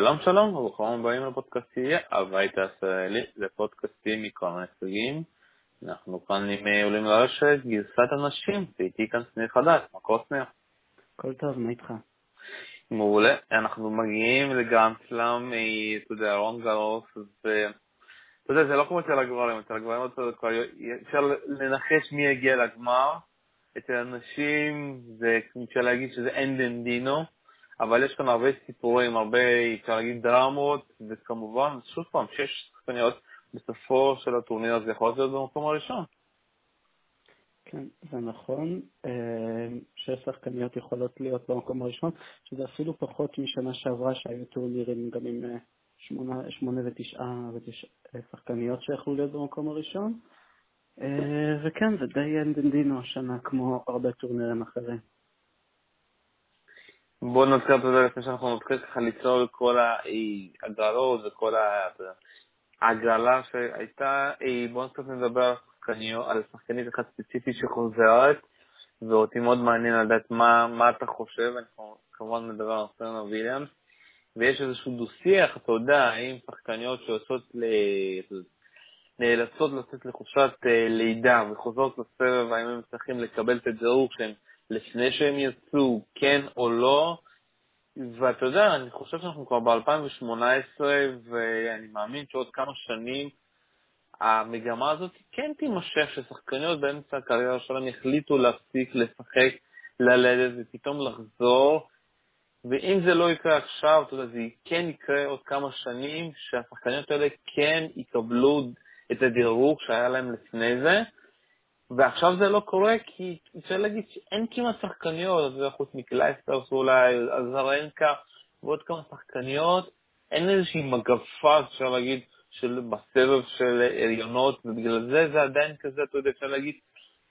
שלום שלום, וברוכים הבאים לפודקאסטי הבית הישראלי, זה פודקאסטים מכל מיני סוגים. אנחנו כאן עם עולים לרשת, גרסת הנשים, ואיתי כאן סניר חדש, מה קורה סניר? הכל טוב, מה איתך? מעולה, אנחנו מגיעים לגרנד סלאם, אתה יודע, רון גרוס, ואתה יודע, זה לא כמו אצל הגברים, אצל הגברים אפשר לנחש מי יגיע לגמר, אצל הנשים זה אפשר להגיד שזה אין דנדינו, אבל יש כאן הרבה סיפורים, הרבה, אפשר להגיד, דרמות, וכמובן, שוב פעם, 6 שחקניות בסופו של הטורניר הזה יכול להיות במקום הראשון. כן, זה נכון. 6 שחקניות יכולות להיות במקום הראשון, שזה אפילו פחות משנה שעברה שהיו טורנירים גם עם 8 ו9 שחקניות שיכולו להיות במקום הראשון. וכן, זה די אנדנדינו השנה כמו הרבה טורנירים אחרים. בואו נתחיל את זה לפני שאנחנו נתחיל ככה ליצור את כל ההגרלות וכל ההגרלה שהייתה. בואו נתחיל לדבר על שחקנית אחת ספציפית שחוזרת, ואותי מאוד מעניין לדעת מה אתה חושב. אנחנו כמובן מדבר על סרנה וויליאמס, ויש איזשהו דו-שיח, אתה יודע, האם שחקניות נאלצות לצאת לחופשת לידה וחוזרות לסבב, האם הם צריכים לקבל את הדירוג שהם לפני שהם יצאו, כן או לא. ואתה יודע, אני חושב שאנחנו כבר ב-2018, ואני מאמין שעוד כמה שנים המגמה הזאת כן תימשך, ששחקניות באמצע הקריירה שלהם יחליטו להפסיק לשחק, ללדת ופתאום לחזור. ואם זה לא יקרה עכשיו, אתה יודע, זה כן יקרה עוד כמה שנים, שהשחקניות האלה כן יקבלו את הדירוג שהיה להם לפני זה, ועכשיו זה לא קורה, כי אפשר להגיד שאין כמעט שחקניות, זה חוץ מקלייסטרס אולי, אזרנקה, ועוד כמה שחקניות, אין איזושהי מגפה, אפשר להגיד, בסבב של הריונות, ובגלל זה עדיין כזה, אתה יודע, אפשר להגיד,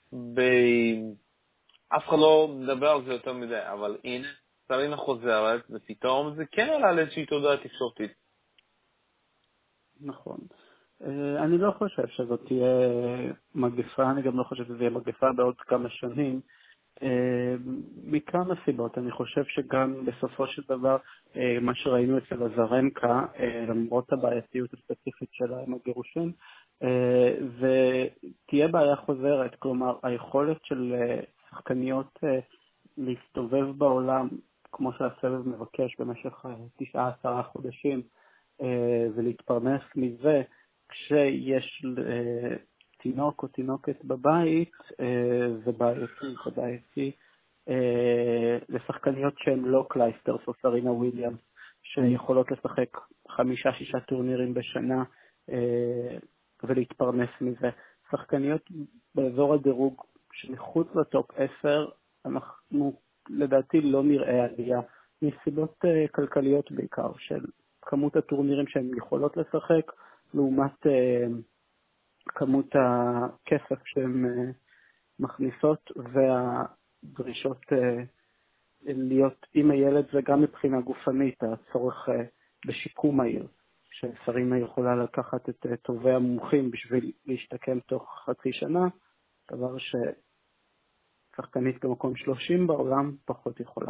אף אחד לא מדבר על זה יותר מדי, אבל הנה, סרינה חוזרת, ופתאום זה כן עלה לאיזושהי תודעה תקשורתית. נכון. אני לא חושב שזאת תהיה מגפה, אני גם לא חושב שזה יהיה מגפה בעוד כמה שנים. מכמה סיבות. אני חושב שגם בסופו של דבר מה שראינו אצל אזרנקה, למרות הבעייתיות הספציפית שלה עם הגירושים, ותהיה בעיה חוזרת, כלומר היכולת של שחקניות להסתובב בעולם כמו שהסבב מבקש במשך 9-10 חודשים ולהתפרנס מזה כשיש תינוק או תינוקת בבית, זה בעייתי לשחקניות שהן לא קלייסטרס או סרינה וויליאמס, שיכולות לשחק 5-6 טורנירים בשנה ולהתפרנס מזה. שחקניות באזור הדירוג שמחוץ לטופ 10, אנחנו לדעתי לא נראה עלייה, מסיבות כלכליות בעיקר, של כמות הטורנירים שהן יכולות לשחק, לעומת כמות הכסף שהן מכניסות והדרישות להיות עם הילד, וגם מבחינה גופנית, הצורך בשיקום מהיר, שסרינה יכולה לקחת את טובי המומחים בשביל להשתקם תוך חצי שנה, דבר ששחקנית במקום 30 בעולם פחות יכולה.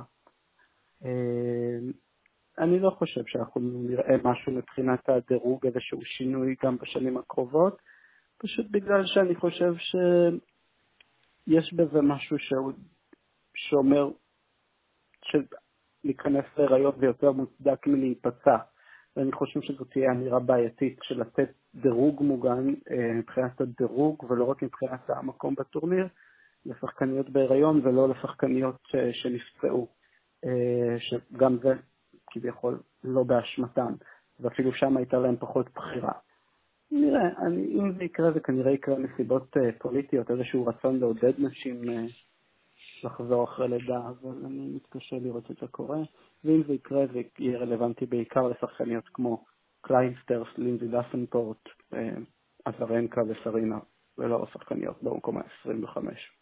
אני לא חושב שאנחנו נראה משהו מבחינת הדירוג, איזשהו שינוי גם בשנים הקרובות, פשוט בגלל שאני חושב שיש בזה משהו שאומר שלהיכנס להיריון ויותר מוצדק מלהיפצע. ואני חושב שזו תהיה אמירה בעייתית של לתת דירוג מוגן מבחינת הדירוג, ולא רק מבחינת המקום בטורניר, לשחקניות בהיריון ולא לשחקניות שנפצעו, שגם זה כביכול לא באשמתן, ואפילו שם הייתה להם פחות בחירה. נראה, אם זה יקרה, זה כנראה יקרה מסיבות פוליטיות, איזשהו רצון לעודד נשים לחזור אחרי לידה, אבל אני מתקשה לראות את זה קורה, ואם זה יקרה זה יהיה רלוונטי בעיקר לשחקניות כמו קליינסטרס, לינזי דפנפורט, אזרנקה וסרינה, ולא שחקניות במקום ה-25.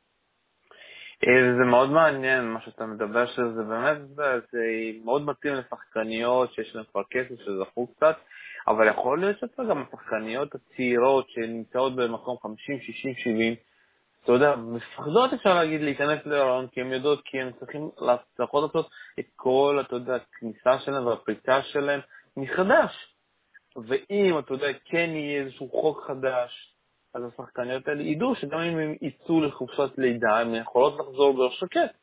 זה מאוד מעניין מה שאתה מדבר, שזה באמת, זה מאוד מתאים לשחקניות שיש להם כבר כסף, שזכו קצת, אבל יכול להיות שאתה גם השחקניות הצעירות שנמצאות במקום 50, 60, 70, אתה יודע, מפחדות אפשר להגיד להיכנס להיריון, כי הן יודעות, כי הן צריכים לעשות את כל, אתה יודע, הכניסה שלהם והפריצה שלהם, מחדש. ואם, אתה יודע, כן יהיה איזשהו חוק חדש, אז השחקניות האלה ידעו שגם אם הם יצאו לחופשת לידה, הם יכולות לחזור באור שקט.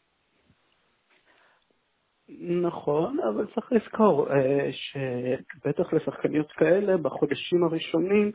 נכון, אבל צריך לזכור שבטח לשחקניות כאלה, בחודשים הראשונים,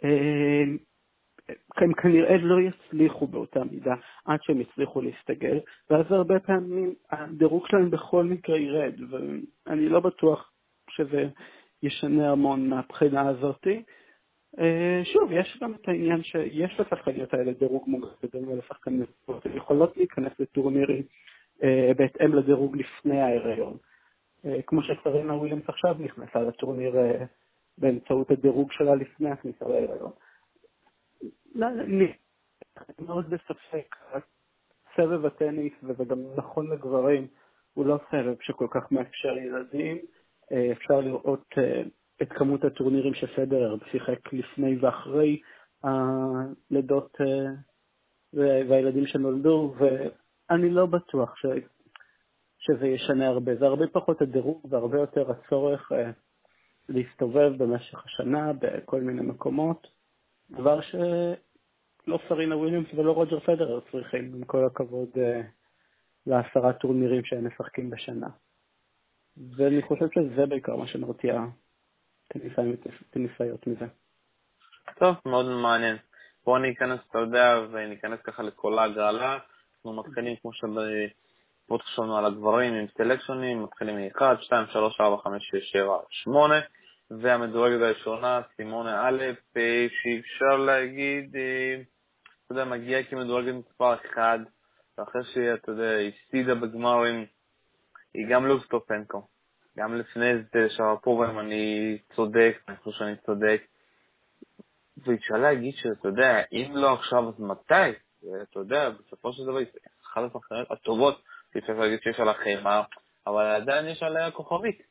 הם כנראה לא יצליחו באותה מידה עד שהם יצליחו להסתגל, ואז הרבה פעמים הדירוג שלהם בכל מקרה ירד, ואני לא בטוח שזה ישנה המון מהבחינה הזאת. שוב, יש גם את העניין שיש לשחקניות האלה דירוג מוגן בדומה לשחקניות, הן יכולות להיכנס לטורנירים בהתאם לדירוג לפני ההיריון. כמו שסרינה וויליאמס עכשיו נכנסה לטורניר באמצעות הדירוג שלה לפני הכניסה להיריון. אני מאוד בספק, סבב הטניס, וזה גם נכון לגברים, הוא לא סבב שכל כך מאפשר ילדים. אפשר לראות את כמות הטורנירים שפדרר שיחק לפני ואחרי הלידות והילדים שנולדו, ואני לא בטוח שזה ישנה הרבה. זה הרבה פחות הדירוג והרבה יותר הצורך להסתובב במשך השנה בכל מיני מקומות, דבר שלא סרינה וויליאמס ולא רוג'ר פדרר צריכים, עם כל הכבוד ל10 טורנירים שהם משחקים בשנה. ואני חושב שזה בעיקר מה שמרתיע טניסאיות מזה. טוב, מאוד מעניין. בואו ניכנס, אתה יודע, וניכנס ככה לכל ההגרלה. אנחנו מתחילים כמו שבוד חשבנו על הגברים עם סלקשונים, מתחילים מ-1, 2, 3, 4, 5, 6, 7, 8, והמדורגת הראשונה, סימונה אלף, שאפשר להגיד, אתה יודע, מגיעה כמדורגת מספר 1, ואחרי שהיא, אתה יודע, הפסידה בגמרים, היא גם לא סטופנקו. גם לפני זה שרפובה, אם אני צודק, אני חושב שאני צודק, ואפשר להגיד שאתה יודע, אם לא עכשיו, אז מתי? אתה יודע, בסופו של דבר, אחת השחקניות הטובות, אפשר להגיד שיש עליה חיימה, אבל עדיין יש עליה כוכבית.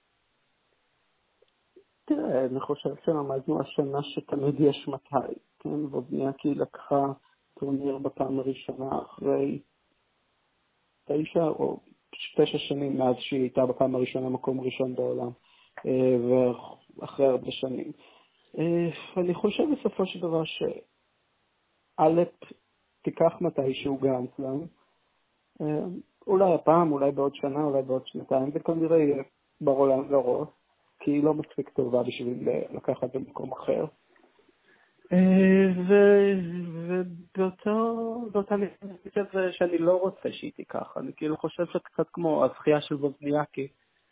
תראה, אני חושב שלמדנו השנה שתמיד יש מתי, כן? וובניאקי לקחה טורניר בפעם הראשונה אחרי 9 או 9 שנים מאז שהיא הייתה בפעם הראשונה מקום ראשון בעולם, ואחרי הרבה שנים. אני חושב בסופו של דבר שאלף תיקח מתישהו גרנדסלאם, אולי הפעם, אולי בעוד שנה, אולי בעוד שנתיים, וכנראה יהיה ברולנד גרוס, כי היא לא מספיק טובה בשביל לקחת במקום אחר. ובאותה נקודה שאני לא רוצה שהיא תיקח, אני כאילו חושב שקצת כמו הזכייה של וובניאקי,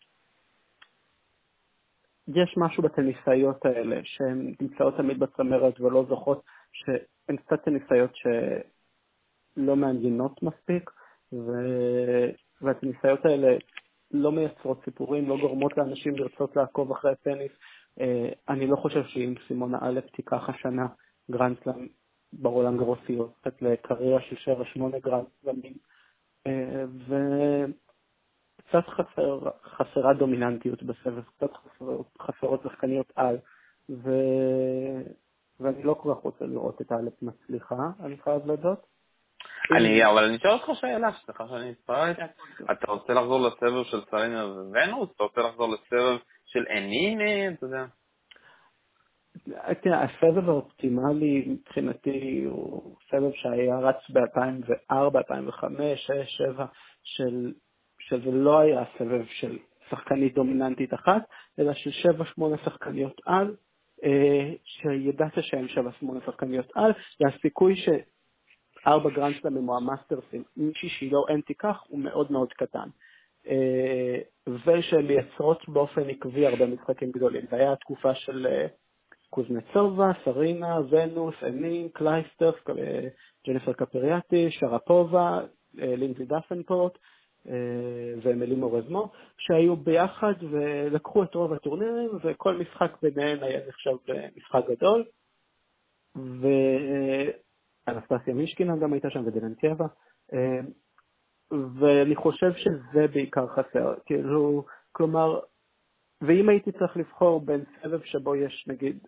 יש משהו בטניסאיות האלה שהן נמצאות תמיד בצמרת ולא זוכות, שהן קצת טניסאיות שלא מעניינות מספיק, והטניסאיות האלה לא מייצרות סיפורים, לא גורמות לאנשים לרצות לעקוב אחרי הטניס. אני לא חושב שאם סימונה אלף תיקח השנה גרנדסלאם ברולנד גרוס היא הולכת לקריירה של 7-8 גרנדסלאמים, קצת חסרה דומיננטיות בסבב, קצת חסרות שחקניות על, ואני לא כל כך רוצה לראות את האלף מצליחה, אני חייב לדעת. אבל אני אשאל אותך שאלה, סליחה שאני אתפרץ. אתה רוצה לחזור לסבב של סרינה וונוס? אתה רוצה לחזור לסבב של אנינה? אתה יודע. הסבב האופטימלי מבחינתי הוא סבב שהיה רץ ב-2004, 2005, 2006, 2007, שזה לא היה סבב של שחקנית דומיננטית אחת, אלא של 7-8 שחקניות על, שידעת שהן 7-8 שחקניות על, והסיכוי ש4 גרנדסלאמים או המאסטרסים, מישהי שהיא לא אין תיקח, הוא מאוד מאוד קטן. ושהן מייצרות באופן עקבי הרבה משחקים גדולים. זה היה התקופה של קוזנצובה, סרינה, ונוס, אנין, קלייסטר, ג'ניפר קפריאטי, שרפובה, לינזי דפנפורט ואמילי מורזמו, שהיו ביחד ולקחו את רוב הטורנירים, וכל משחק ביניהן היה נחשב משחק גדול. ואנסטסיה מישקינה גם הייתה שם ודלנטיאבה, ואני חושב שזה בעיקר חסר. כלומר, ואם הייתי צריך לבחור בין סבב שבו יש נגיד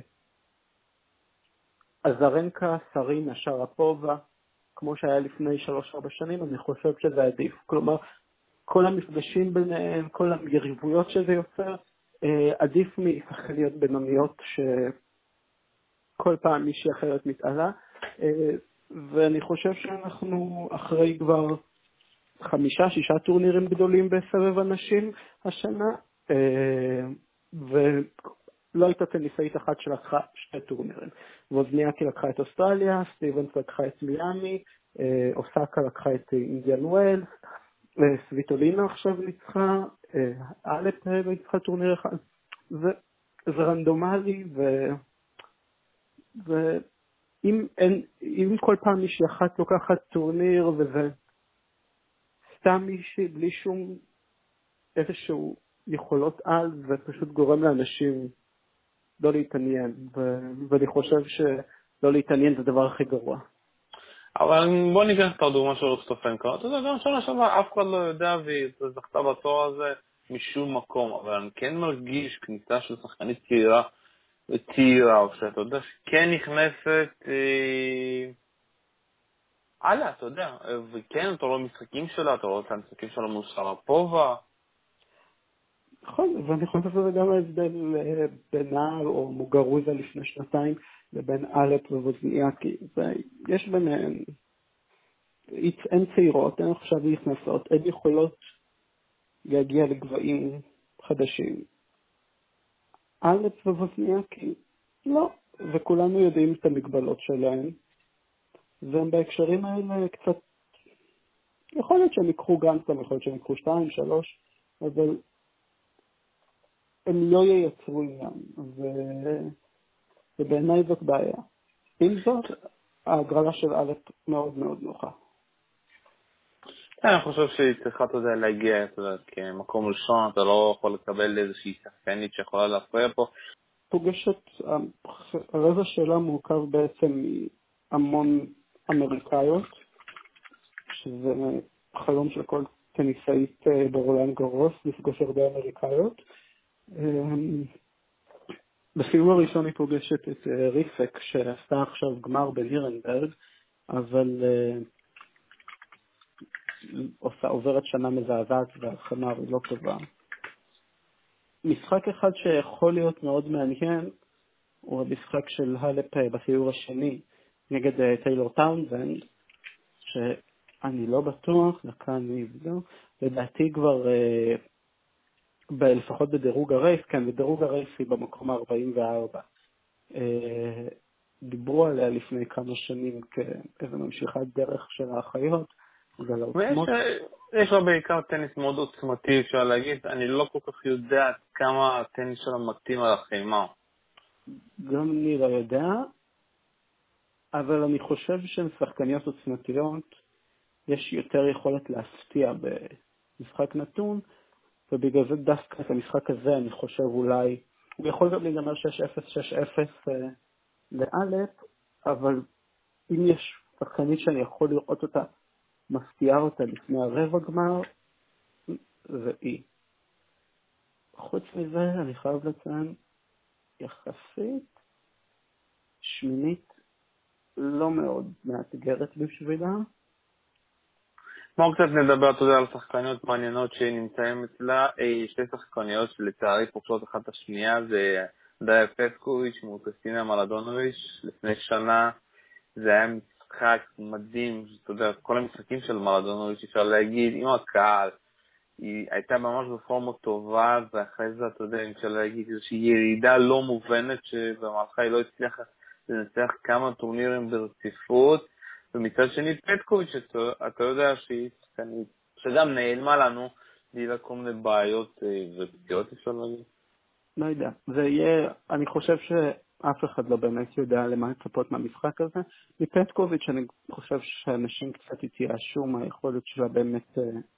אזרנקה, סרינה, שרפובה, כמו שהיה לפני 3-4 שנים, אני חושב שזה עדיף. כלומר, כל המפגשים ביניהם, כל היריבויות שזה יוצר, עדיף משחקניות בינוניות שכל פעם מישהי אחרת מתעלה, ואני חושב שאנחנו אחרי כבר 5-6 טורנירים גדולים בסבב הנשים השנה, ולא הייתה טניסאית אחת שלקחה 2 טורנירים. ווזניאקי לקחה את אוסטרליה, סטיבנס לקחה את מיאמי, אוסקה לקחה את אינדיאן ווילס, סוויטולינה עכשיו ניצחה, אלפ ניצחה טורניר אחד. זה רנדומלי, אם כל פעם מישהי אחת לוקחת טורניר וזה סתם מישהי בלי שום איזשהו יכולות על, זה פשוט גורם לאנשים לא להתעניין, ואני חושב שלא להתעניין זה הדבר הכי גרוע. אבל בוא ניקח את הדוגמה של אוסטופנקו. אתה יודע, גם שנה שעברה אף אחד לא יודע והיא זכתה בתואר הזה משום מקום, אבל אני כן מרגיש כניסה של שחקנית צעירה, או שאתה יודע שכן נכנסת הלאה, אתה יודע, וכן אתה רואה משחקים שלה, אתה רואה את המשחקים שלה מול שרפובה. נכון, ואני חושב שזה גם ההבדל בינה או מוגרוזה לפני 2 לבין אלפ וווזניאקי. יש ביניהן, אין צעירות, אין עכשיו נכנסות, אין יכולות להגיע לגבהים חדשים. אלפ וווזניאקי, לא, וכולנו יודעים את המגבלות שלהם, והם בהקשרים האלה קצת, יכול להיות שהם יקחו גם סתם, יכול להיות שהם יקחו 2, 3, אבל הם לא ייצרו עניין, ובעיניי זאת בעיה. עם זאת, ההגרלה של אלף מאוד מאוד נוחה. אני חושב שהיא צריכה, אתה יודע, להגיע, אתה יודע, כמקום ראשון, אתה לא יכול לקבל איזושהי שחקנית שיכולה להפריע פה. פוגשת, הרבע שלה מורכב בעצם מהמון אמריקאיות, שזה חלום של כל טניסאית ברולנד גרוס, לפגוש הרבה אמריקאיות. בסיבוב הראשון היא פוגשת את ריפק, שעשתה עכשיו גמר בנירנברג, אבל עוברת שנה מזעזעת וההכנה היא לא טובה. משחק אחד שיכול להיות מאוד מעניין הוא המשחק של הלפ בסיבוב השני נגד טיילור טאונזנד, שאני לא בטוח, אני אבדוק, לדעתי כבר לפחות בדירוג הרייס, כן, בדירוג הרייס היא במקום 44. דיברו עליה לפני כמה שנים כאיזו ממשיכת דרך של האחיות, יש לה בעיקר טניס מאוד עוצמתי, אפשר להגיד. אני לא כל כך יודע כמה הטניס שלה מתאים על החיימה. גם אני לא יודע, אבל אני חושב שהן שחקניות עוצמתיות, יש יותר יכולת להפתיע במשחק נתון, ובגלל זה דווקא את המשחק הזה אני חושב אולי, הוא יכול גם להיגמר 6-0, 6-0 לאלף, אבל אם יש שחקנית שאני יכול לראות אותה, מפתיעה אותה לפני הרבע גמר, זה היא. חוץ מזה, אני חייב לציין, יחסית, שמינית לא מאוד מאתגרת בשבילה. בואו קצת נדבר, אתה יודע, על שחקניות מעניינות שנמצאים אצלה. 2 שחקניות שלצערי פוגשות אחת השנייה, זה דיה פטקוביץ' מול קריסטינה מלדונוביץ'. לפני שנה זה היה משחק מדהים, אתה יודע, כל המשחקים של מלדונוביץ' אפשר להגיד, עם הקהל, היא הייתה ממש בפורמה טובה, ואחרי זה, אתה יודע, אפשר להגיד איזושהי ירידה לא מובנת, שבמהלכה היא לא הצליחה לנצח כמה טורנירים ברציפות, ומצד שני פטקוביץ', אתה יודע שהיא שחקנית, שגם נעלמה לנו, בגלל כל מיני בעיות ופגיעות, אפשר להגיד. לא יודע, זה יהיה, אני חושב שאף אחד לא באמת יודע למה לצפות מהמשחק הזה. מפטקוביץ' אני חושב שאנשים קצת התייאשו מהיכולת שלה באמת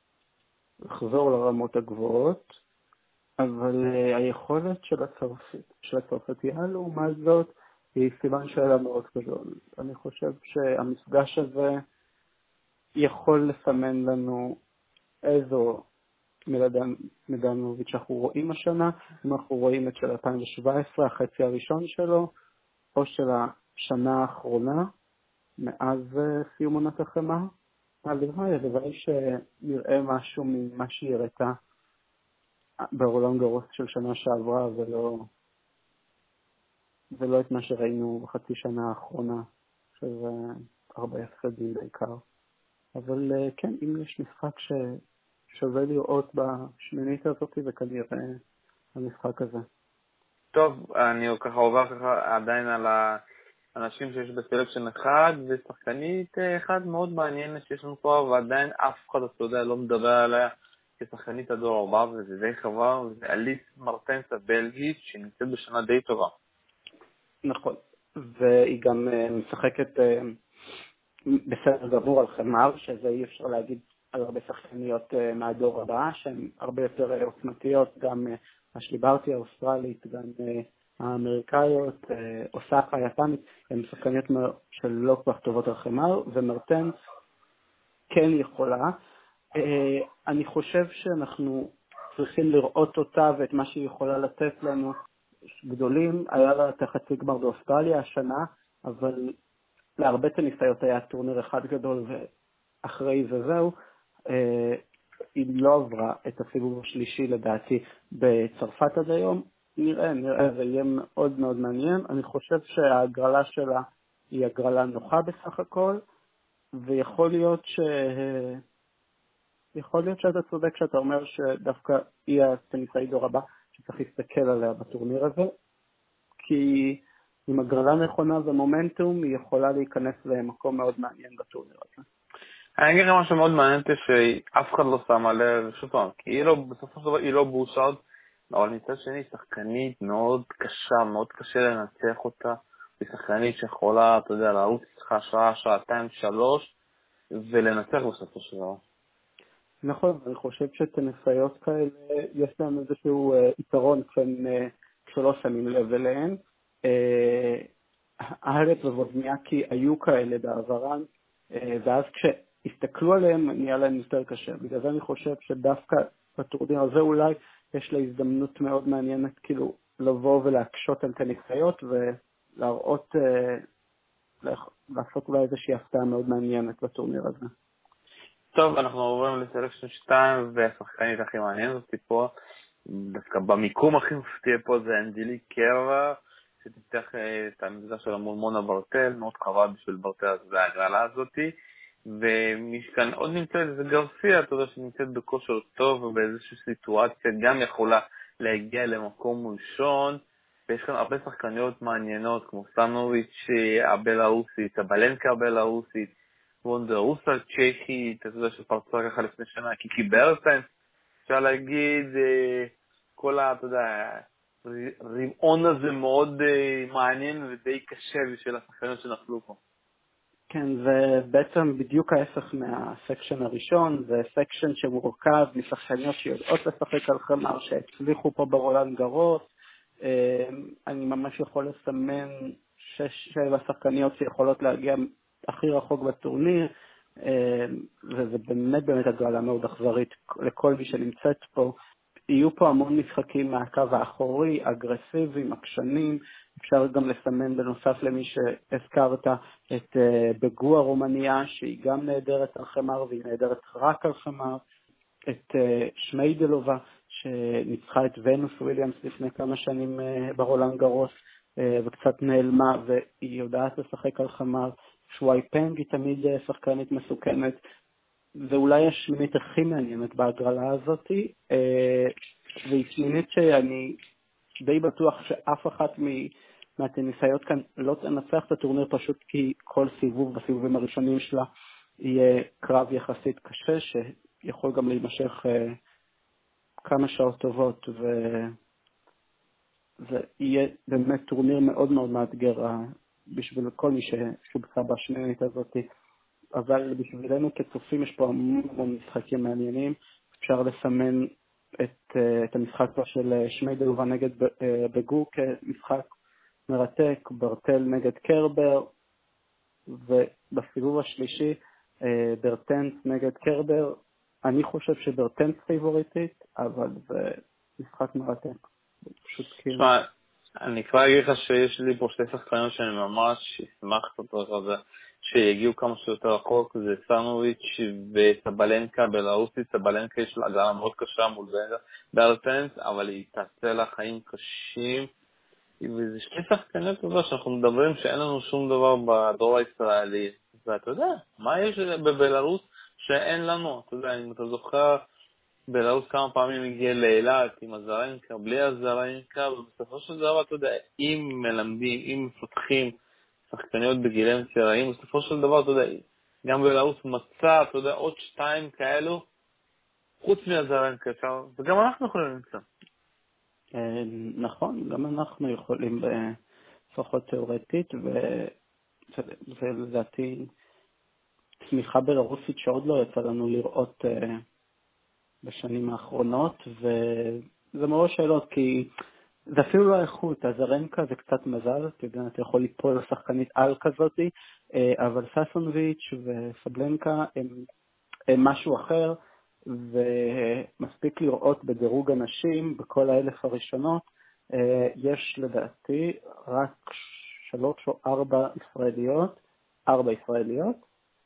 לחזור לרמות הגבוהות, אבל היכולת של הצרפתייה לעומת זאת היא סימן שאלה מאוד גדול. אני חושב שהמפגש הזה יכול לסמן לנו איזו מדנוביץ' שאנחנו רואים השנה, אם אנחנו רואים את של 2017, החצי הראשון שלו, או של השנה האחרונה, מאז סיום עונת החמה. הלוואי שנראה משהו ממה שהיא הראתה ברולנד גרוס של שנה שעברה, ולא את מה שראינו בחצי שנה האחרונה, שזה הרבה הפסדים בעיקר. אבל כן, אם יש משחק ששווה לראות בשמינית הזאת, וכנראה המשחק הזה. טוב, אני ככה עובר ככה עדיין על האנשים שיש בסלקשן אחד, ושחקנית אחד מאוד מעניינת שיש לנו פה, ועדיין אף אחד, אתה יודע, לא מדבר עליה כשחקנית הדור הבא, וזה די חבל, וזה אליס מרטנס הבלגית, שנמצאת בשנה די טובה. נכון, והיא גם משחקת בסדר גמור על חמר, שזה אי אפשר להגיד על הרבה שחקניות מהדור הבא, שהן הרבה יותר עוצמתיות, גם השליברטי האוסטרלית, גם האמריקאיות, אוסאקה היפנית, הן שחקניות שלא כל כך טובות על חמר, ומרטנס כן יכולה. אני חושב שאנחנו צריכים לראות אותה ואת מה שהיא יכולה לתת לנו גדולים. היה לה את החצי גמר באוסטרליה השנה, אבל להרבה טניסאיות היה טורניר אחד גדול, ואחרי זה זהו. היא לא עברה את הסיבוב השלישי לדעתי בצרפת עד היום. נראה, זה יהיה מאוד מאוד מעניין. אני חושב שההגרלה שלה היא הגרלה נוחה בסך הכל, ויכול להיות שאתה צודק שאתה אומר שדווקא היא הטניסאית דור הבא שצריך להסתכל עליה בטורניר הזה, כי עם הגרלה נכונה ומומנטום היא יכולה להיכנס למקום מאוד מעניין בטורניר הזה. אני אגיד לך משהו מאוד מעניין שאף אחד לא שם עליה, שוב פעם, כי היא לא, בסופו של דבר היא לא בושארד, אבל מצד שני שחקנית מאוד קשה, מאוד קשה לנצח אותה, היא שחקנית שיכולה, אתה יודע, לערוץ לך שעה, שעתיים, 3, ולנצח בסופו של דבר. נכון, אני חושב שטניסאיות כאלה, יש להם איזשהו יתרון כשלא שמים לב אליהן. הארץ וווזניאקי היו כאלה בעברן, ואז כשהסתכלו עליהם נהיה להם יותר קשה. בגלל זה אני חושב שדווקא בטורניר הזה אולי יש לה הזדמנות מאוד מעניינת כאילו לבוא ולהקשות על טניסאיות ולהראות, לעשות אולי איזושהי הפתעה מאוד מעניינת בטורניר הזה. טוב, אנחנו עוברים לסלקשן 2, והשחקנית הכי מעניינת אותי פה, דווקא במיקום הכי מפתיע פה זה אנג'ליק קרבר, שתפתח את המפגש שלה מול מונה ברטל, מאוד קרבה בשביל ברטל וההגרלה הזאת, ומי שכאן עוד נמצאת זה גרסיה, אתה יודע שנמצאת בכושר טוב ובאיזושהי סיטואציה גם יכולה להגיע למקום ראשון, ויש כאן הרבה שחקניות מעניינות כמו סטנוביץ' הבלרוסית, הבלנקה הבלרוסית, וונדרוס הצ'כית, אתה יודע שפרצה ככה לפני שנה, קיקי ברטנס, אפשר להגיד, כל אתה יודע, הרבעון הזה מאוד מעניין ודי קשה בשביל השחקניות שנפלו פה. כן, זה בעצם בדיוק ההפך מהסקשן הראשון, זה סקשן שמורכב משחקניות שיודעות לשחק על חמר, שהצליחו פה ברולנד גרוס. אני ממש יכול לסמן 6-7 שחקניות שיכולות להגיע הכי רחוק בטורניר, וזה באמת הגרלה מאוד אכזרית לכל מי שנמצאת פה. יהיו פה המון משחקים מהקו האחורי, אגרסיביים, עקשנים. אפשר גם לסמן בנוסף למי שהזכרת את בגו הרומניה, שהיא גם נהדרת על חמר והיא נהדרת רק על חמר, את שמיידלובה שניצחה את ונוס וויליאמס לפני כמה שנים ברולנד גרוס וקצת נעלמה והיא יודעת לשחק על חמר. שוואי פנג היא תמיד שחקנית מסוכנת, ואולי השמינית הכי מעניינת בהגרלה הזאת, והיא שמינית שאני די בטוח שאף אחת מהטניסאיות כאן לא תנצח את הטורניר, פשוט כי כל סיבוב בסיבובים הראשונים שלה יהיה קרב יחסית קשה, שיכול גם להימשך כמה שעות טובות, וזה יהיה באמת טורניר מאוד מאוד מאתגר בשביל כל מי ששובצה בשמינית הזאת. אבל בשבילנו כצופים יש פה המון משחקים מעניינים. אפשר לסמן את המשחק של שמיידלובה נגד בגו כמשחק מרתק, ברטל נגד קרבר, ובסיבוב השלישי ברטנס נגד קרבר. אני חושב שברטנס פייבוריטית, אבל זה משחק מרתק. פשוט כאילו. אני כבר אגיד לך שיש לי פה שתי שחקניות שאני ממש אשמח לצורך הזה שיגיעו כמה שיותר רחוק, זה סנוביץ' וסבלנקה בלרוסית. סבלנקה יש לה הגרלה מאוד קשה מול בארטנס, אבל היא תעשה לה חיים קשים, וזה שתי שחקניות טובה שאנחנו מדברים שאין לנו שום דבר בדור הישראלי. ואתה יודע, מה יש בבלרוס שאין לנו? אתה יודע, אם אתה זוכר, בלרוס כמה פעמים הגיע לאילת עם הזרנקה, בלי הזרנקה, ובסופו של דבר, אתה יודע, אם מלמדים, אם מפתחים שחקניות בגילאים צעירים, בסופו של דבר, אתה יודע, גם בלרוס מצא, אתה יודע, עוד 2 כאלו, חוץ מהזרנקה, וגם אנחנו יכולים למצוא. נכון, גם אנחנו יכולים לפחות תיאורטית, ולדעתי תמיכה בלרוסית שעוד לא יצא לנו לראות בשנים האחרונות, וזה מאוד שאלות, כי זה אפילו לא איכות, הזרנקה זה קצת מזל, אתה יכול ליפול לשחקנית על כזאת, אבל ססונוביץ' וסבלנקה הם משהו אחר, ומספיק לראות בדירוג אנשים, בכל 1,000 הראשונות, יש לדעתי רק 3 או 4 ישראליות, 4 ישראליות,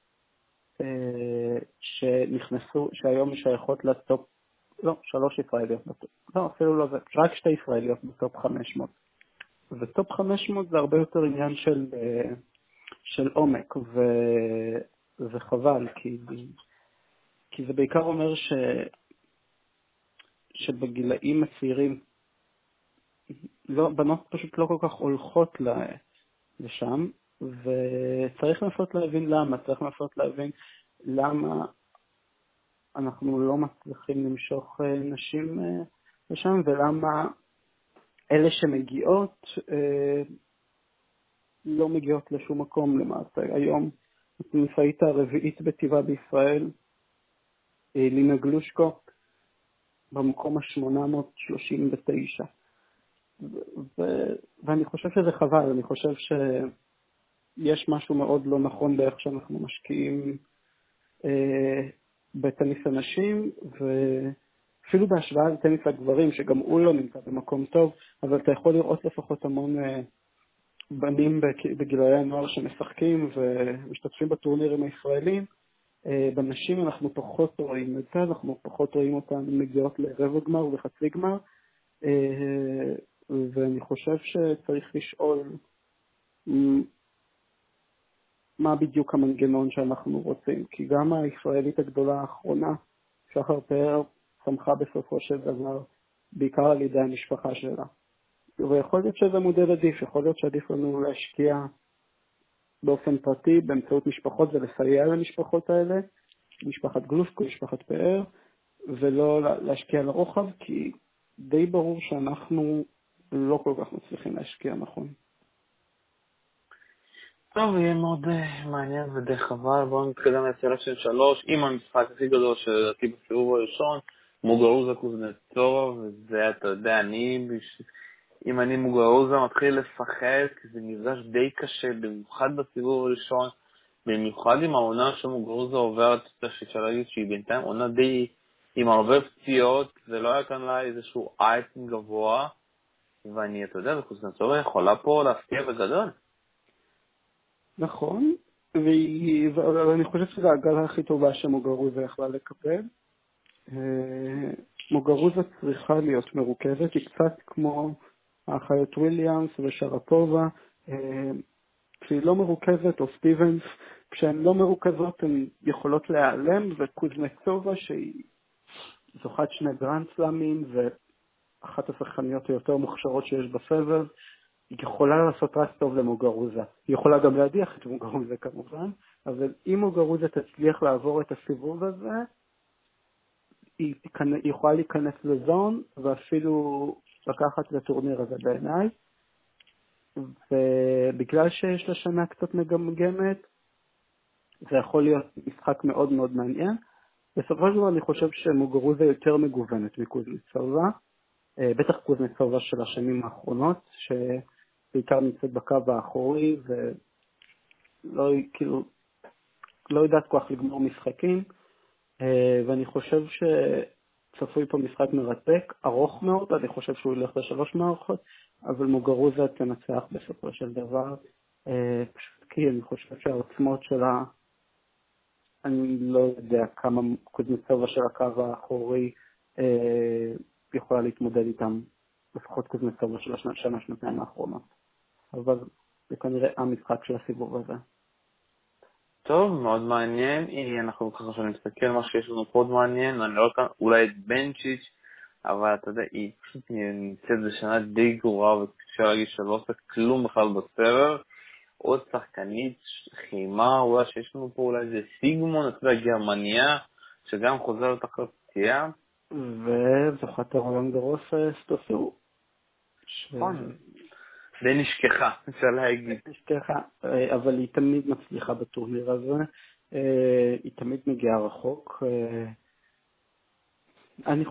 שנכנסו, שהיום שייכות לטופ, לא, 3 ישראליות בטופ, לא, אפילו לא זה, רק 2 ישראליות בטופ 500. וטופ 500 זה הרבה יותר עניין של עומק, וחבל, כי זה בעיקר אומר שבגילאים הצעירים, לא, בנות פשוט לא כל כך הולכות לשם, וצריך לנסות להבין למה, צריך לנסות להבין למה אנחנו לא מצליחים למשוך נשים לשם, ולמה אלה שמגיעות לא מגיעות לשום מקום למעשה. היום נמצאת הרביעית בטבעה בישראל, לינה גלושקו, במקום ה-839. ואני חושב שזה חבל, אני חושב שיש משהו מאוד לא נכון באיך שאנחנו משקיעים בטניס הנשים, ואפילו בהשוואה לטניס הגברים, שגם הוא לא נמצא במקום טוב, אבל אתה יכול לראות לפחות המון בנים בגילאי הנוער שמשחקים ומשתתפים בטורנירים הישראלים. בנשים אנחנו פחות רואים את זה, אנחנו פחות רואים אותן מגיעות לרבע גמר וחצי גמר, ואני חושב שצריך לשאול מה בדיוק המנגנון שאנחנו רוצים, כי גם הישראלית הגדולה האחרונה, שחר פאר, צמחה בסופו של דבר, בעיקר על ידי המשפחה שלה. ויכול להיות שזה מודל עדיף, יכול להיות שעדיף לנו להשקיע באופן פרטי, באמצעות משפחות ולסייע למשפחות האלה, משפחת גלושקו, משפחת פאר, ולא להשקיע לרוחב, כי די ברור שאנחנו לא כל כך מצליחים להשקיע נכון. טוב, יהיה מאוד מעניין ודי חבל. בואו נתקדם לשאלה של 3, עם המשחק הכי גדול שלדעתי בסיבוב הראשון, מוגרוזה קוזנצוב, וזה, אתה יודע, אם אני מוגרוזה מתחיל לפחד, כי זה מפגש די קשה, במיוחד בסיבוב הראשון, במיוחד עם העונה שמוגרוזה עוברת, אפשר להגיד שהיא בינתיים עונה די עם הרבה פציעות, זה לא היה כאן לה איזשהו אייטם גבוה, ואני, אתה יודע, קוזנצוב יכולה פה להפתיע בגדול. נכון, ואני חושב שזו ההגלה הכי טובה שמוגרוזה יכלה לקבל. מוגרוזה צריכה להיות מרוכזת, היא קצת כמו האחיות וויליאמס ושרפובה, כשהיא לא מרוכזת, או סטיבנס, כשהן לא מרוכזות הן יכולות להיעלם, וקוזנצובה שהיא זוכת 2 גרנד סלאמים ואחת השחקניות היותר מוכשרות שיש בסבב, היא יכולה לעשות רק טוב למוגרוזה. היא יכולה גם להדיח את מוגרוזה כמובן, אבל אם מוגרוזה תצליח לעבור את הסיבוב הזה, היא יכולה להיכנס לזון, ואפילו לקחת לטורניר הזה בעיניי. ובגלל שיש לה שנה קצת מגמגמת, זה יכול להיות משחק מאוד מאוד מעניין. בסופו של דבר אני חושב שמוגרוזה יותר מגוונת מקוזנצובה, בטח קוזנצובה של השנים האחרונות, שבעיקר נמצאת בקו האחורי, ולא כאילו, לא יודעת כוח לגמור משחקים, ואני חושב שצפוי פה משחק מרתק, ארוך מאוד, אני חושב שהוא ילך ל3 מערכות, אבל מוגרוזה תנצח בסופו של דבר, פשוט כי אני חושב שהעוצמות שלה, אני לא יודע כמה קוזנצובה של הקו האחורי יכולה להתמודד איתם, לפחות קוזנצובה של השנה, שנתיים האחרונות. אבל זה כנראה המשחק של הסיבוב הזה. טוב, מאוד מעניין. אנחנו ככה שאני מסתכל מה שיש לנו פה עוד מעניין, אני רואה כאן אולי את בנצ'יץ', אבל אתה יודע, היא פשוט נמצאת בשנה די גרועה, ואפשר להגיד שלא עושה כלום בכלל בסבב. עוד שחקנית חימה, אולי שיש לנו פה אולי זה סיגמון, אתה יודע, גרמניה, שגם חוזרת אחרי פציעה. וזוכת רולנד גרוס סטוסו. נכון. די נשכחה, אפשר להגיד. נשכחה, אבל היא תמיד מצליחה בטורניר הזה. היא תמיד מגיעה רחוק. אני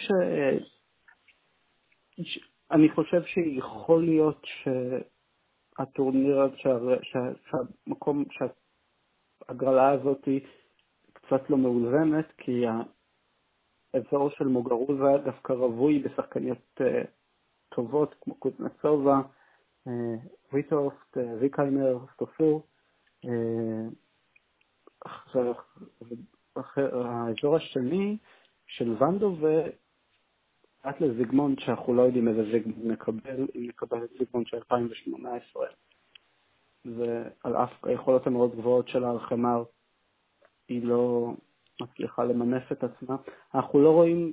חושב שיכול להיות שהטורניר הזה, שהמקום, שהגרלה הזאת היא קצת לא מאוזנת, כי האזור של מוגרוזה דווקא רווי בשחקניות טובות, כמו קוזנצובה, ויטורסט, ויקהיימר, סטופור. האזור השני של ונדו ועד לזיגמונד, שאנחנו לא יודעים איזה זיגמונד נקבל, אם נקבל את זיגמונד של 2018. ועל אף היכולות המאוד גבוהות של הארחמר, היא לא מצליחה למנף את עצמה. אנחנו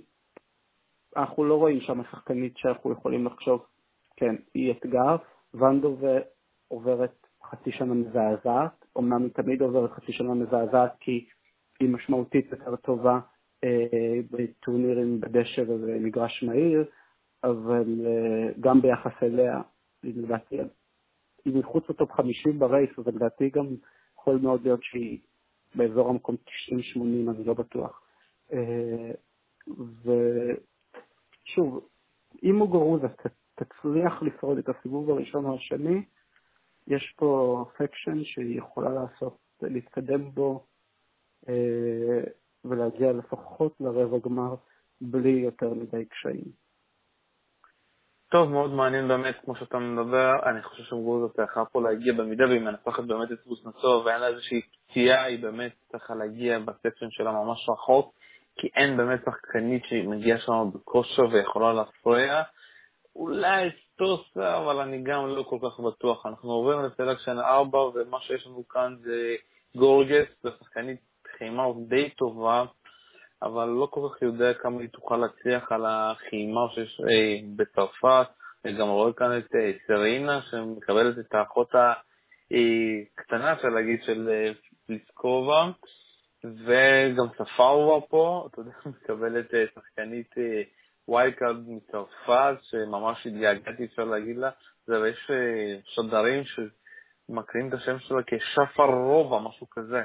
לא רואים שם שחקנית שאנחנו יכולים לחשוב, כן, היא אתגר. ונדו עוברת חצי שנה מזעזעת, אמנם היא תמיד עוברת חצי שנה מזעזעת, כי היא משמעותית יותר טובה בטורנירים בדשא ובמגרש מהיר, אבל גם ביחס אליה, לדעתי, היא מחוץ לטופ 50 ברייס, אבל לדעתי גם יכול מאוד להיות שהיא באזור המקום 90-80, אני לא בטוח. ושוב, אם מוגרוזה תצליח לשרוד את הסיבוב הראשון או השני, יש פה סקשן שהיא יכולה להתקדם בו ולהגיע לפחות לרבע גמר בלי יותר מדי קשיים. טוב, מאוד מעניין באמת, כמו שאתה מדבר. אני חושב שמוגרוזה צריכה פה להגיע במידה, והיא מנצחת באמת את קוזנצובה, ואין לה איזושהי פציעה, היא באמת צריכה להגיע בסקשן שלה ממש רחוק, כי אין באמת שחקנית שהיא מגיעה שם בכושר ויכולה להפריע. אולי סטוסה, אבל אני גם לא כל כך בטוח. אנחנו עוברים לסלקשן 4, ומה שיש לנו כאן זה גורגס, זו שחקנית חימה די טובה, אבל לא כל כך יודע כמה היא תוכל להצליח על החימה שיש בצרפת. אני גם רואה כאן את סרינה, שמקבלת את האחות הקטנה, אפשר להגיד, של פליסקובה, וגם ספארובה פה, אתה יודע, מקבלת שחקנית ויילקארד מצרפת, שממש התגעגעתי, אפשר להגיד לה, ויש שדרים שמקריאים את השם שלה כשפרובה, משהו כזה.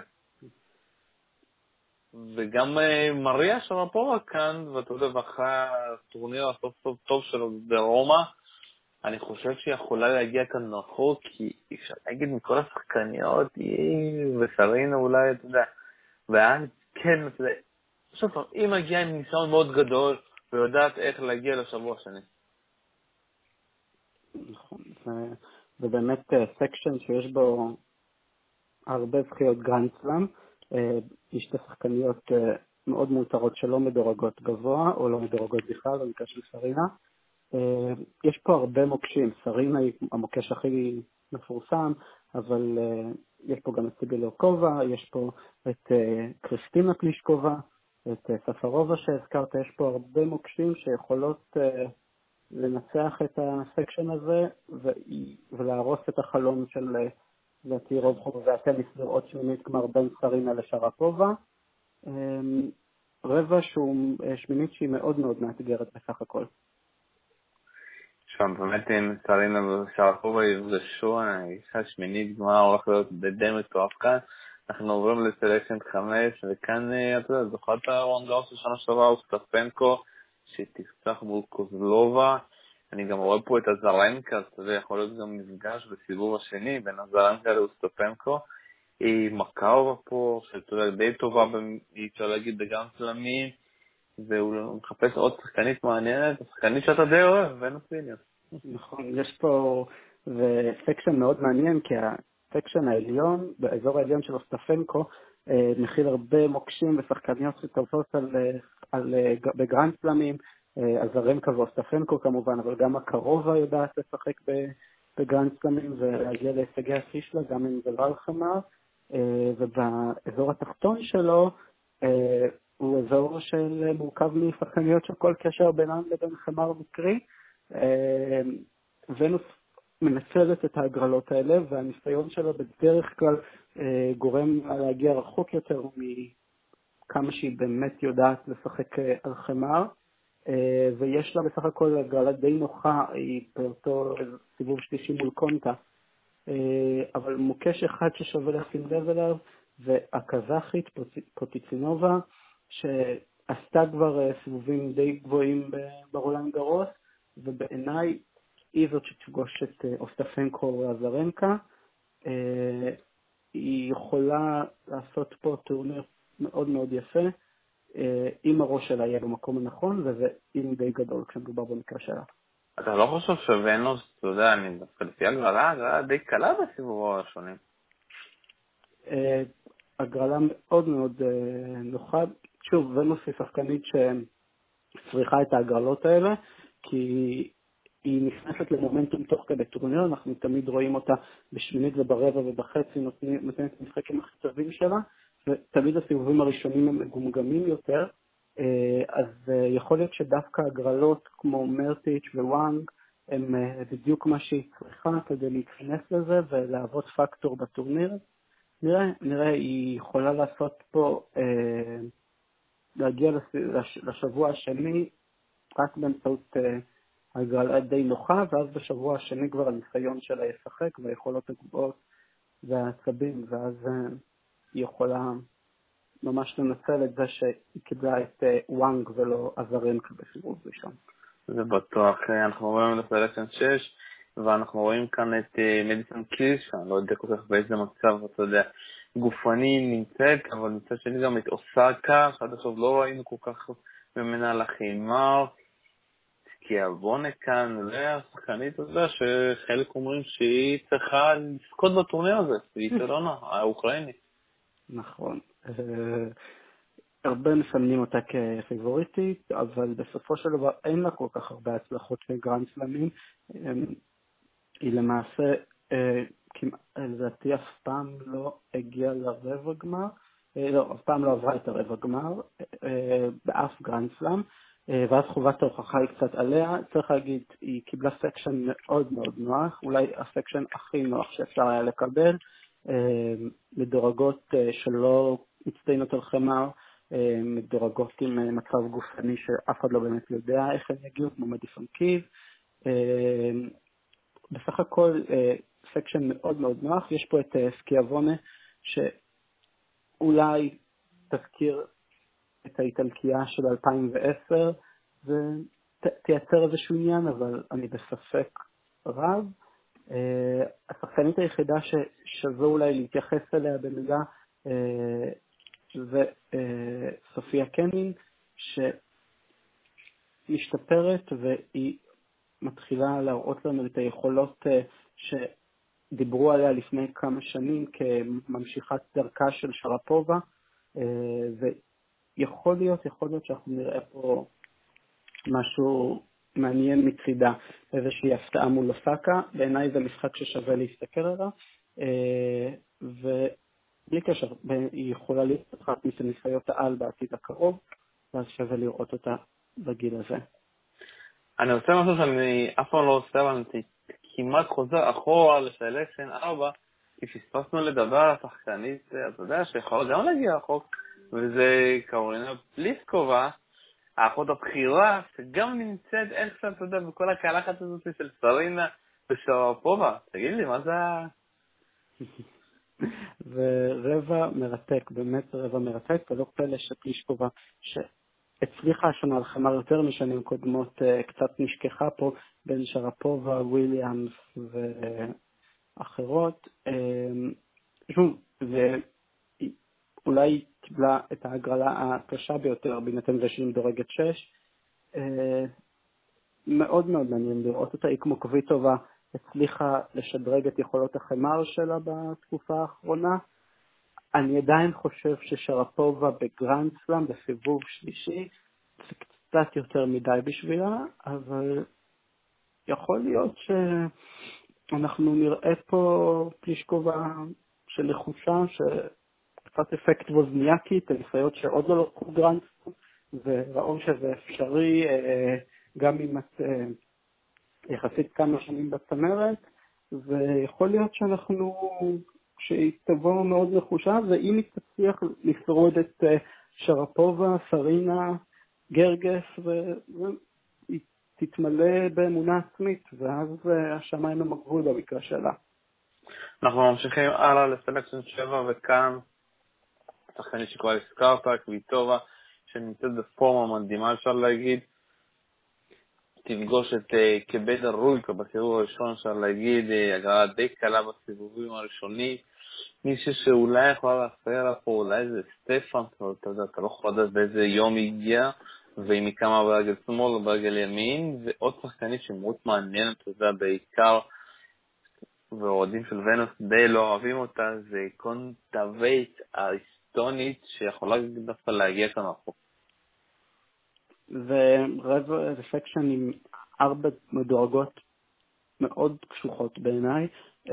וגם מריה שרפובה כאן, ואתה יודע, ואחרי הטורניר הסוף סוף טוב שלו ברומא, אני חושב שהיא יכולה להגיע כאן רחוק, כי אפשר להגיד מכל השחקניות, היא וסרינה אולי, אתה יודע, ואז כן, אתה יודע, שוב פעם, היא מגיעה עם ניסיון מאוד גדול, ויודעת איך להגיע לשבוע השני. נכון, זה באמת סקשן שיש בו הרבה זכיות גרנד סלאם. יש את השחקניות מאוד מותרות שלא מדורגות גבוה, או לא מדורגות בכלל, במקרה של סרינה. יש פה הרבה מוקשים. סרינה היא המוקש הכי מפורסם, אבל יש פה גם את סיבילוקובה, יש פה את קריסטינה פלישקובה, את ספרובה שהזכרת. יש פה הרבה מוקשים שיכולות לנצח את הסקשן הזה ולהרוס את החלום של לדעתי רוב חובבי הטניס לראות שמינית גמר בין סרינה לשרפובה. רבע שהוא שמינית שהיא מאוד מאוד מאתגרת בסך הכל. שם באמת עם סרינה ושרפובה יפגשו, האישה שמינית גמר הולך להיות די מטורף כאן. אנחנו עוברים לסלקשן 5, וכאן אתה יודע, זוכרת רון גאוס בשנה שעברה, אוסטפנקו, שתפתח מול קוזלובה. אני גם רואה פה את הזרנקה, אתה יודע, יכול להיות גם מפגש בסיבוב השני בין הזרנקה לאוסטפנקו. היא מקאובה פה, שאתה יודע, די טובה, היא אפשר להגיד בגם סלמים, והוא מחפש עוד שחקנית מעניינת, שחקנית שאתה די אוהב, ונוס ויליאמס. נכון, יש פה וסקשן מאוד מעניין, כי הסקשן העליון, באזור העליון של אוסטפנקו, מכיל הרבה מוקשים ושחקניות שטובות בגרנד סלאמים, אזרנקה ואוסטפנקו כמובן, אבל גם הקרובה יודעת לשחק בגרנד סלאמים ולהגיע להישגי השיא שלה, גם אם זה לא על חמר, ובאזור התחתון שלו הוא אזור של מורכב משחקניות של כל קשר בינן לבין חמר מקרי. ונוס מנצלת את ההגרלות האלה, והניסיון שלו בדרך כלל גורם להגיע רחוק יותר מכמה שהיא באמת יודעת לשחק על חמר, ויש לה בסך הכל הגרלה די נוחה, היא באותו סיבוב שלישי מול קונטה, אבל מוקש אחד ששווה לשים לב אליו, והקזחית פוטיצינובה, שעשתה כבר סיבובים די גבוהים ברולנד גרוס, ובעיניי היא זאת שתפגוש את אוסטפנקו ואזרנקה. היא יכולה לעשות פה טורניר מאוד מאוד יפה, אם הראש שלה יהיה במקום הנכון, וזה אם די גדול כשמדובר במקרה שלה. אתה לא חושב שוונוס, אתה יודע, אני דווקא לפי הגרלה, זה היה די קלה בסיבוב השונים. הגרלה מאוד מאוד נוחה. שוב, ונוס היא שחקנית שצריכה את ההגרלות האלה, כי היא נכנסת למומנטום תוך כדי טורניר, אנחנו תמיד רואים אותה בשמינית וברבע ובחצי, נותנת משחקים הכי טובים שלה, ותמיד הסיבובים הראשונים הם מגומגמים יותר, אז יכול להיות שדווקא הגרלות כמו מרטיץ' ווואנג, הם בדיוק מה שהיא צריכה כדי להתכנס לזה ולהוות פקטור בטורניר. נראה, היא יכולה לעשות פה, להגיע לשבוע השני, רק באמצעות הגרלה די נוחה, ואז בשבוע השני כבר הניסיון שלה ישחק, והיכולות הגבוהות והעצבים, ואז היא יכולה ממש לנצל את זה שהיא קיבלה את וואנג ולא אזרנקה בסיבוב ראשון. זה בטוח. אנחנו רואים את סלקשן 6, ואנחנו רואים כאן את מדיסון קיס, שאני לא יודע כל כך באיזה מצב, אתה יודע, גופני נמצאת, אבל מצד שני גם את אוסקה, שעד עכשיו לא ראינו כל כך ממנה לחימר, כי הבונה כאן, זה השחקנית הזה, שחלק אומרים שהיא צריכה לזכות בטורניר הזה, והיא צלונה, האוקראינית. נכון. הרבה מסמנים אותה כפיבוריטית, אבל בסופו של דבר אין לה כל כך הרבה הצלחות בגרנד סלאמים. היא למעשה, לדעתי אף פעם לא הגיעה לרבע גמר, לא, אף פעם לא עברה את הרבע גמר באף גרנד סלאם, ואז חובת ההוכחה היא קצת עליה. צריך להגיד, היא קיבלה סקשן מאוד מאוד נוח, אולי הסקשן הכי נוח שאפשר היה לקבל, מדורגות שלא מצטיינות על חמר, מדורגות עם מצב גופני שאף אחד לא באמת יודע איך הם יגיעו, כמו מדיסון קיז. בסך הכל סקשן מאוד מאוד נוח. יש פה את סקיאבונה, שאולי תזכיר את האיטלקייה של 2010, ותייצר איזשהו עניין, אבל אני בספק רב. השחקנית היחידה ששווה אולי להתייחס אליה במידה, זה סופיה קנין, שמשתפרת והיא מתחילה להראות לנו את היכולות שדיברו עליה לפני כמה שנים כממשיכת דרכה של שרפובה, ויכול להיות שאנחנו נראה פה משהו מעניין מצידה, איזושהי הפתעה מול אוסקה. בעיניי זה משחק ששווה להסתכל עליו, ובלי קשר, היא יכולה להיות אחת מניסיונות העל בעתיד הקרוב, ואז שווה לראות אותה בגיל הזה. אני רוצה משהו שאני אף פעם לא עושה, אבל אני כמעט חוזר אחורה לסלקשן 4, כי פספסנו לדבר על השחקנית, אתה יודע, שיכולה גם להגיע רחוק, וזה קרולינה פליסקובה, האחות הבחירה, שגם נמצאת איך אתה יודע, בכל הקהלחת הזאת של סרינה ושרפובה. תגיד לי, מה זה? ורבע מרתק, באמת רבע מרתק, ולא פלא שפליסקובה, שהצליחה השנה על חמר יותר משנים קודמות, קצת נשכחה פה בין שרפובה, וויליאמס ואחרות. שוב, ואולי קיבלה את ההגרלה הקשה ביותר, בינתן זה שהיא מדורגת 6. מאוד מאוד מעניין לראות אותה. היא כמו קוויטובה, הצליחה לשדרג את יכולות החמר שלה בתקופה האחרונה. אני עדיין חושב ששרפובה בגרנד סלאם בסיבוב שלישי זה קצת יותר מדי בשבילה, אבל יכול להיות שאנחנו נראה פה פלישקובה של לחושה, שקצת אפקט ווזניאקי, טניסאיות שעוד לא לקחו גרנד סלאם, וראו שזה אפשרי גם אם את יחסית כמה שנים בצמרת, ויכול להיות שהיא תבוא מאוד לחושה, ואם היא תצליח לשרוד את שרפובה, סרינה, גרגס, והיא תתמלא באמונה עצמית, ואז השמיים הם הגבול במקרה שלה. אנחנו ממשיכים הלאה לסלקשן 7, וכאן שחקנית שכבר הזכרת, קוויטובה, שנמצאת בפורמה מדהימה, אפשר להגיד. תפגוש את קבדה רויקה בסיבוב הראשון, אפשר להגיד, הגרלה די קלה בסיבובים הראשונים. מישהו שאולי יכולה להפריע לה פה, אולי זה סטפן, אתה לא יכול לדעת באיזה יום היא הגיעה, ואם היא קמה ברגל שמאל או ברגל ימין, ועוד שחקנית שמאוד מעניינת, אתה יודע, בעיקר, והאוהדים של ונוס די לא אוהבים אותה, זה קונטאבייט האסטונית, שיכולה דווקא להגיע כאן רחוק. ורבע סקשן עם 4 מדורגות מאוד קשוחות בעיניי.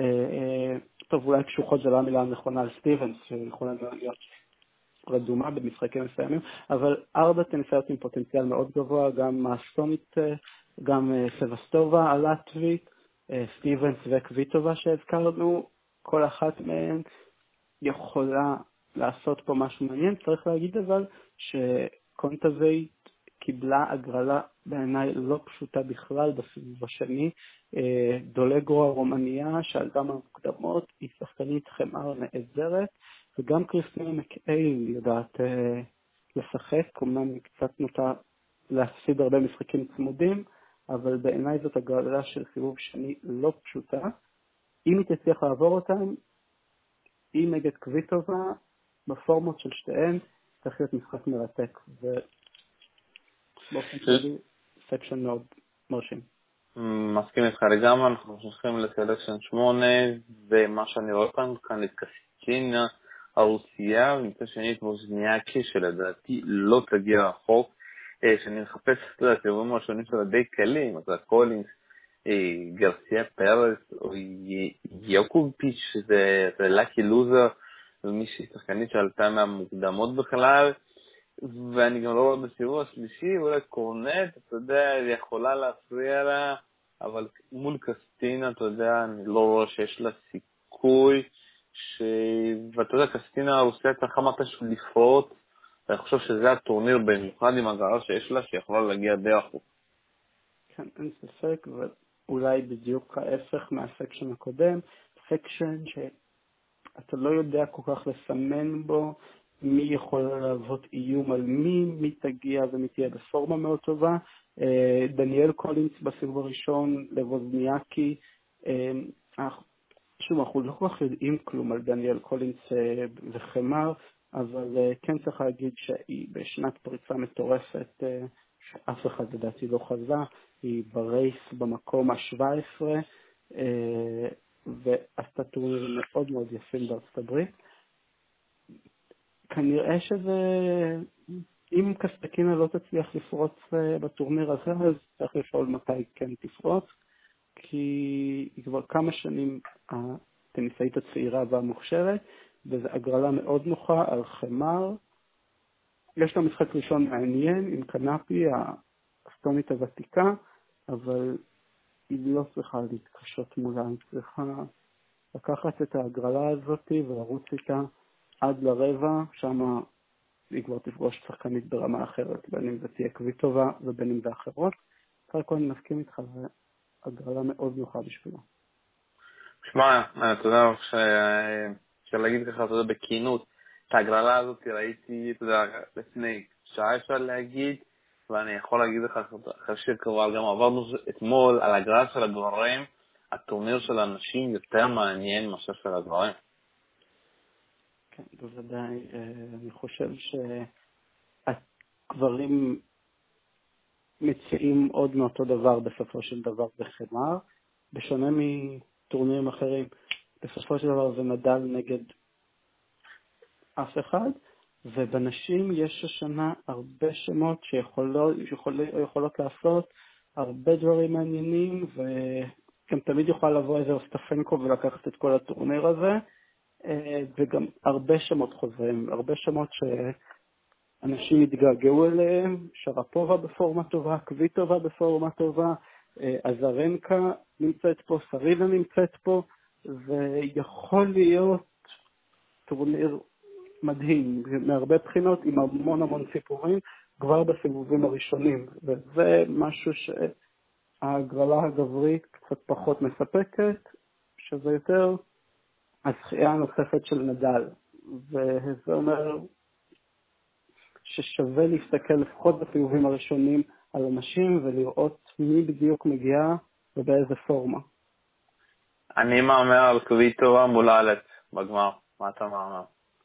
טוב, אולי קשוחות זה לא המילה הנכונה על סטיבנס, שיכולה להיות רדומה במשחקים מסוימים, אבל 4 טניסאיות עם פוטנציאל מאוד גבוה, גם האסטונית, גם סבסטובה הלטבית, סטיבנס וקוויטובה שהזכרנו, כל אחת מהן יכולה לעשות פה משהו מעניין. צריך להגיד אבל שקונטאבייט קיבלה הגרלה בעיניי לא פשוטה בכלל בסיבוב השני. דולגרו הרומניה שעלתה מהמוקדמות, היא שחקנית חמר נעזרת, וגם קריסטינה מקאיל יודעת לשחק, אמנם היא קצת נוטה להפסיד הרבה משחקים צמודים, אבל בעיניי זאת הגרלה של סיבוב שני לא פשוטה. אם היא תצליח לעבור אותם, היא נגד קוויטובה, בפורמות של שתיהן, צריך להיות משחק מרתק, ובאופן כללי סקשן מאוד מרשים. מסכים איתך לגמרי, אנחנו ממשיכים לסלקשן 8, ומה שאני רואה כאן את קסטינה הרוסיה, ומצד שני את ווזניאקי, שלדעתי לא תגיע רחוק, שאני מחפש את הסיבובים הראשונים שלה די קלים, אז קולינס, גרסיה פרס, או יוקוביץ', שזה לקי לוזר, ומישהי שחקנית שעלתה מהמוקדמות בכלל, ואני גם לא רואה בסיבוב השלישי, אולי קורנט, אתה יודע, היא יכולה להפריע לה, אבל מול קסטינה, אתה יודע, אני לא רואה שיש לה סיכוי, ואתה יודע, קסטינה הרוסיה צריכה מתישהו לפרוט, ואני חושב שזה הטורניר במיוחד עם הגרלה שיש לה, שיכולה להגיע די רחוק. כן, אין ספק, ואולי בדיוק ההפך מהסקשן הקודם, סקשן שאתה לא יודע כל כך לסמן בו, מי יכול להוות איום על מי תגיע ומי תהיה בפורמה מאוד טובה. דניאל קולינס בסיבוב הראשון לווזניאקי, אנחנו לא כל כך יודעים כלום על דניאל קולינס וחמר, אבל כן צריך להגיד שהיא בשנת פריצה מטורפת, שאף אחד לדעתי לא חזה, היא ברייס במקום ה-17, ועשתה טורניר מאוד מאוד יפים בארצות הברית. כנראה שזה, אם קסטקינה לא תצליח לפרוץ בטורניר הזה, אז צריך לשאול מתי כן תפרוץ, כי היא כבר כמה שנים הטניסאית הצעירה והמוכשרת, וזו הגרלה מאוד נוחה על חמר. יש לה משחק ראשון מעניין עם קנאפי, האסטונית הוותיקה, אבל היא לא צריכה להתקשות מולה, היא צריכה לקחת את ההגרלה הזאת ולרוץ איתה עד לרבע, שם היא כבר תפגוש שחקנית ברמה אחרת, בין אם זה תהיה קוויטובה ובין אם זה אחרות. אחרי הכל אני מסכים איתך, והגרלה מאוד נוחה בשבילה. שמע, אתה יודע, אפשר להגיד ככה, אתה יודע, בכינות, את ההגרלה הזאת ראיתי, אתה יודע, לפני שעה אפשר להגיד, ואני יכול להגיד לך, אחרי שכבר גם עברנו אתמול על הגרלה של הגברים, הטורניר של האנשים יותר מעניין מאשר של הגברים. כן, בוודאי. אני חושב שהגברים מציעים עוד מאותו דבר בסופו של דבר בחמר. בשונה מטורנירים אחרים, בסופו של דבר זה נדל נגד אף אחד, ובנשים יש השנה הרבה שמות שיכולות לעשות הרבה דברים מעניינים, וגם תמיד יוכל לבוא איזה אוסטפנקו ולקחת את כל הטורניר הזה, וגם הרבה שמות חוזרים, הרבה שמות שאנשים יתגעגעו אליהם, שרפובה בפורמה טובה, קוויטובה בפורמה טובה, אזרנקה נמצאת פה, סרינה נמצאת פה, ויכול להיות טורניר מדהים, מהרבה בחינות, עם המון סיפורים, כבר בסיבובים הראשונים, וזה משהו שההגרלה הגברית קצת פחות מספקת, שזה יותר הזכייה הנוספת של נדל, וזה אומר ששווה להסתכל לפחות בסיבובים הראשונים על אנשים, ולראות מי בדיוק מגיע ובאיזה פורמה. אני מאמר על קוויטובה מול אלץ בגמר, מה אתה מאמר?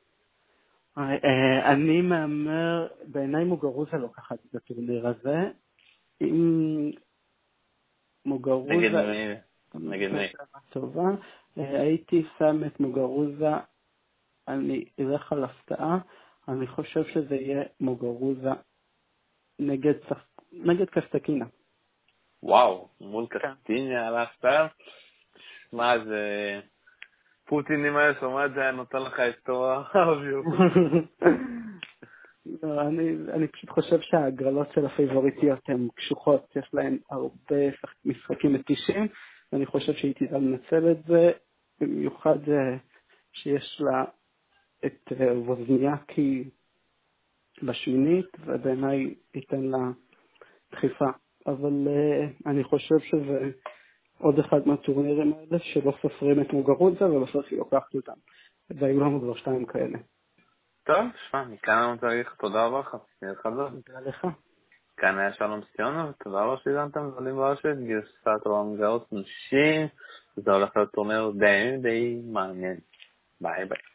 אני מאמר, בעיניי מוגרוזה לוקחת את הטורניר הזה. אם מוגרוזה... נגד מי? טובה. הייתי שם את מוגרוזה, אני אלך על הפתעה, אני חושב שזה יהיה מוגרוזה נגד קסטקינה. וואו, מול קסטיניה על ההפתעה? מה זה... פוטין אם היה שומע את זה, היה נותן לך היסטוריה. לא, אני פשוט חושב שההגרלות של הפייבוריטיות הן קשוחות, יש להן הרבה משחקים מתישים, ואני חושב שהיא תדע לנצל את זה, במיוחד שיש לה את ווזניאקי בשמינית, ובעיניי ייתן לה דחיפה. אבל אני חושב שזה עוד אחד מהטורנירים האלה שלא סופרים את מוגרוזה, ובסוף היא לוקחת אותם. והיו לנו כבר 2 כאלה. טוב, שמע, מכאן אני רוצה להגיד לך תודה רבה לך. תודה לך. כאן היה שלום ציונה, ותודה רבה שהזנתם ועולים ברשת, גרסת עולם גאות נשים, זה הולך להיות טורניר די מעניין. ביי ביי.